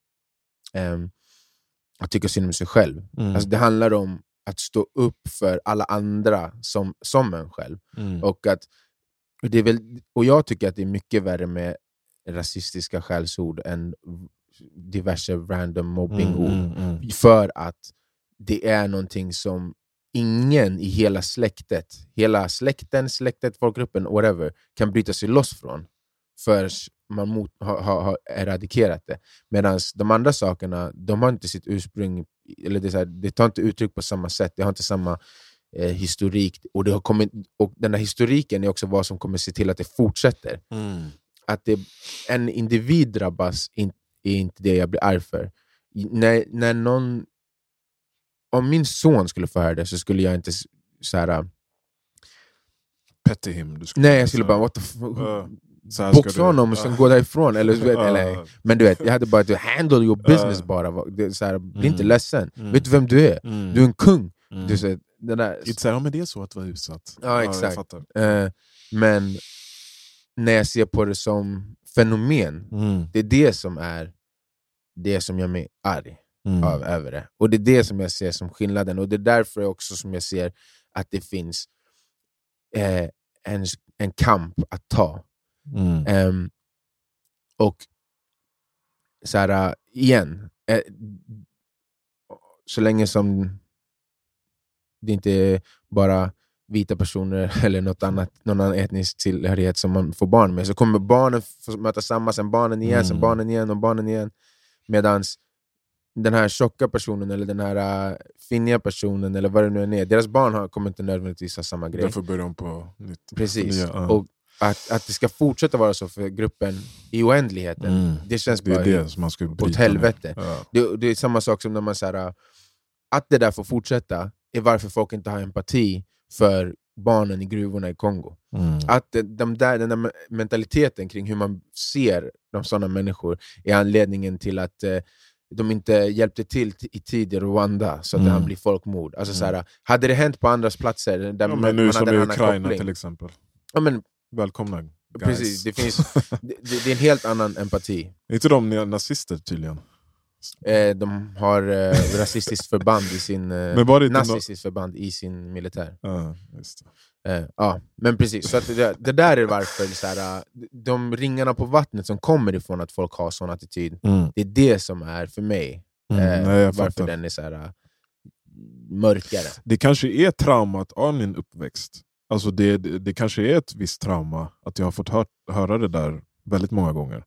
att tycka synd om sig själv. Alltså det handlar om att stå upp för alla andra som en själv. Och att det är väl, och jag tycker att det är mycket värre med rasistiska skällsord än diverse random mobbingord. För att det är någonting som ingen i hela släktet, folkgruppen, whatever, kan bryta sig loss från för man har eradikerat det. Medan de andra sakerna, de har inte sitt ursprung, eller det tar inte uttryck på samma sätt, det har inte samma historik, och den här historiken är också vad som kommer se till att det fortsätter. Att en individ drabbas är inte det jag blir arg för. När någon, om min son skulle få höra det, så skulle jag inte såhär petty him. Nej, jag skulle bara what the boxa honom och sen gå därifrån eller, men du vet, jag hade bara to handle your business bara. Bli inte ledsen. Vet du vem du är? Du är en kung. Du säger det där. Men det är så att vara utsatt. Ja, exakt. Men när jag ser på det som fenomen, det är det som är det som gör mig arg över det. Och det är det som jag ser som skillnaden. Och det är därför också som jag ser att det finns en kamp att ta. Och så här, igen, så länge som det inte är bara vita personer eller någon annan etnisk tillhörighet som man får barn med, så kommer barnen få möta samma, sen barnen igen, sen barnen igen och barnen igen. Medans den här tjocka personen eller den här finniga personen eller vad det nu är, deras barn kommer inte nödvändigtvis ha samma grej. Därför börjar de på nytt. Precis. Och att det ska fortsätta vara så för gruppen i oändligheten, det känns bara det som man ska åt helvete. Det är samma sak som när man säger att det där får fortsätta är varför folk inte har empati för barnen i gruvorna i Kongo. Att den där mentaliteten kring hur man ser de sådana människor är anledningen till att de inte hjälpte till i tid i Rwanda så att det blir folkmord. Alltså så hade det hänt på andras platser där men nu som i Ukraina till exempel. Ja, men välkomna guys. Precis, det är en helt annan empati. Är inte de nazister tydligen? De har rasistiskt förband i sin nazistiskt förband i sin militär. Just det. Men precis, så att det där är varför så här, de ringarna på vattnet som kommer ifrån att folk har sån attityd, det är det som är för mig varför den är så här mörkare. Det kanske är traumat av min uppväxt. Alltså det kanske är ett visst trauma att jag har fått höra det där väldigt många gånger.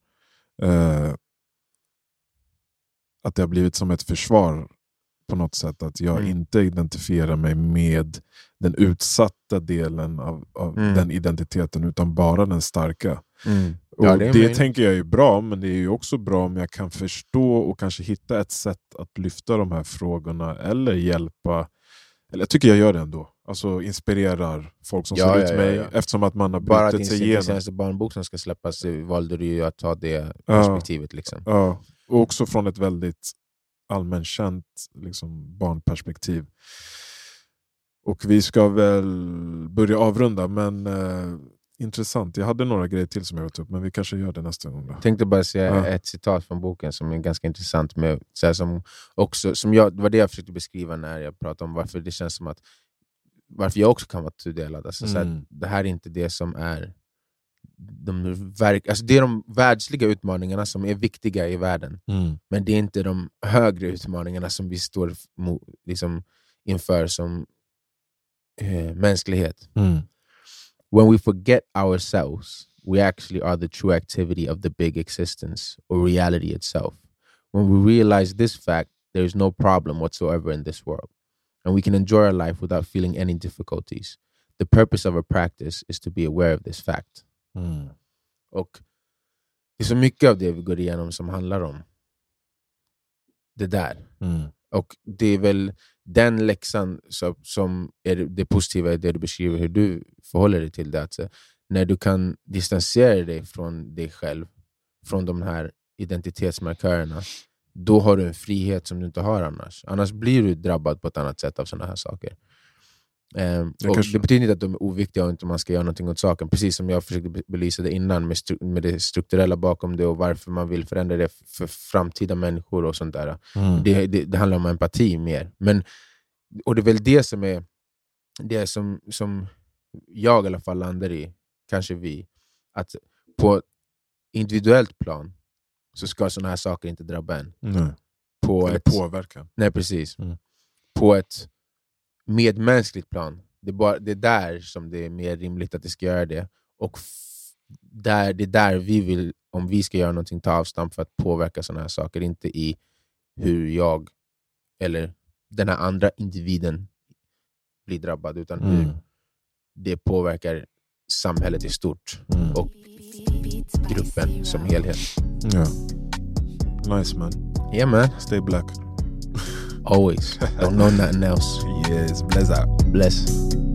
Att det har blivit som ett försvar på något sätt. Att jag inte identifierar mig med den utsatta delen av den identiteten, utan bara den starka. Och det tänker jag är bra, men det är ju också bra om jag kan förstå och kanske hitta ett sätt att lyfta de här frågorna eller hjälpa Eller jag tycker jag gör det ändå. Alltså inspirerar folk som ser ut mig. Eftersom att man har brutit sig igenom. Bara att din senaste barnbok som ska släppas valde du ju att ta det perspektivet. Liksom. Ja, och också från ett väldigt allmänkänt liksom, barnperspektiv. Och vi ska väl börja avrunda, men intressant. Jag hade några grejer till som jag vill ta upp, men vi kanske gör det nästa gång. Jag tänkte bara säga ett citat från boken som är ganska intressant. Med, så här, det var det jag försökte beskriva när jag pratade om varför det känns som att varför jag också kan vara tudelad. Alltså, så här, det här är inte det som är alltså det är de världsliga utmaningarna som är viktiga i världen. Men det är inte de högre utmaningarna som vi står liksom, inför som mänsklighet. When we forget ourselves, we actually are the true activity of the big existence or reality itself. When we realize this fact, there is no problem whatsoever in this world, and we can enjoy our life without feeling any difficulties. The purpose of our practice is to be aware of this fact. Och det är så mycket av det vi går igenom som handlar om det där. Och det är väl den läxan som är det positiva i det du beskriver, hur du förhåller dig till det. Alltså, när du kan distansera dig från dig själv, från de här identitetsmarkörerna, då har du en frihet som du inte har annars. Annars blir du drabbad på ett annat sätt av sådana här saker. Och det betyder inte att de är oviktiga och inte man ska göra någonting åt saken. Precis som jag försökte belysa det innan med det strukturella bakom det och varför man vill förändra det för framtida människor och sånt där. Det handlar om empati mer. Och det är väl det som är det som jag i alla fall landar i, kanske vi, att på individuellt plan så ska såna här saker inte drabba en. Eller påverka. Nej, precis. På ett medmänskligt plan. Det är där som det är mer rimligt att det ska göra det. Och det är där vi vill, om vi ska göra någonting, ta avstamp för att påverka sådana här saker. Inte i hur jag eller den här andra individen blir drabbad, utan hur det påverkar samhället i stort och gruppen som helhet. Ja. Nice, man. Yeah, man. Stay black. Always. Don't know nothing else. Yes, bless out. Bless.